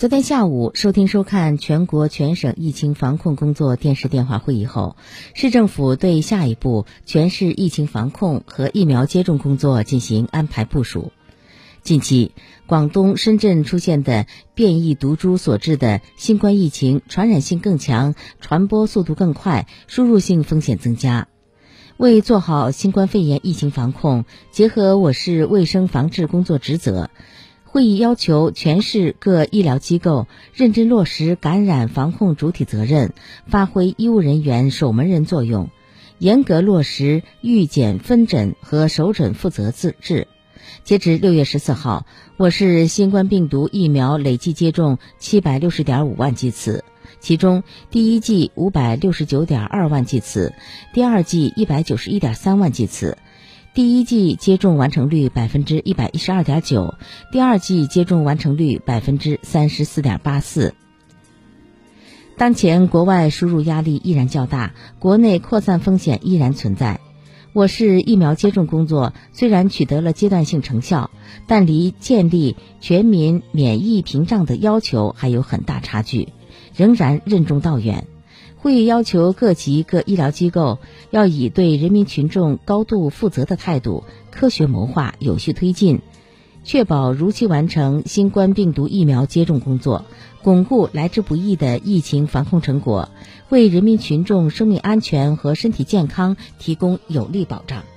昨天下午收听收看全国全省疫情防控工作电视电话会议后，市政府对下一步全市疫情防控和疫苗接种工作进行安排部署。近期，广东、深圳出现的变异毒株所致的新冠疫情传染性更强，传播速度更快，输入性风险增加。为做好新冠肺炎疫情防控，结合我市卫生防治工作职责，会议要求全市各医疗机构认真落实感染防控主体责任，发挥医务人员守门人作用，严格落实预检分诊和首诊负责制。截至6月14号，我市新冠病毒疫苗累计接种760.5万剂次，其中第一剂569.2万剂次，第二剂191.3万剂次。第一剂接种完成率112.9%，第二剂接种完成率34.84%。当前国外输入压力依然较大，国内扩散风险依然存在。我市疫苗接种工作虽然取得了阶段性成效，但离建立全民免疫屏障的要求还有很大差距，仍然任重道远。会议要求各级各医疗机构要以对人民群众高度负责的态度，科学谋划，有序推进，确保如期完成新冠病毒疫苗接种工作，巩固来之不易的疫情防控成果，为人民群众生命安全和身体健康提供有力保障。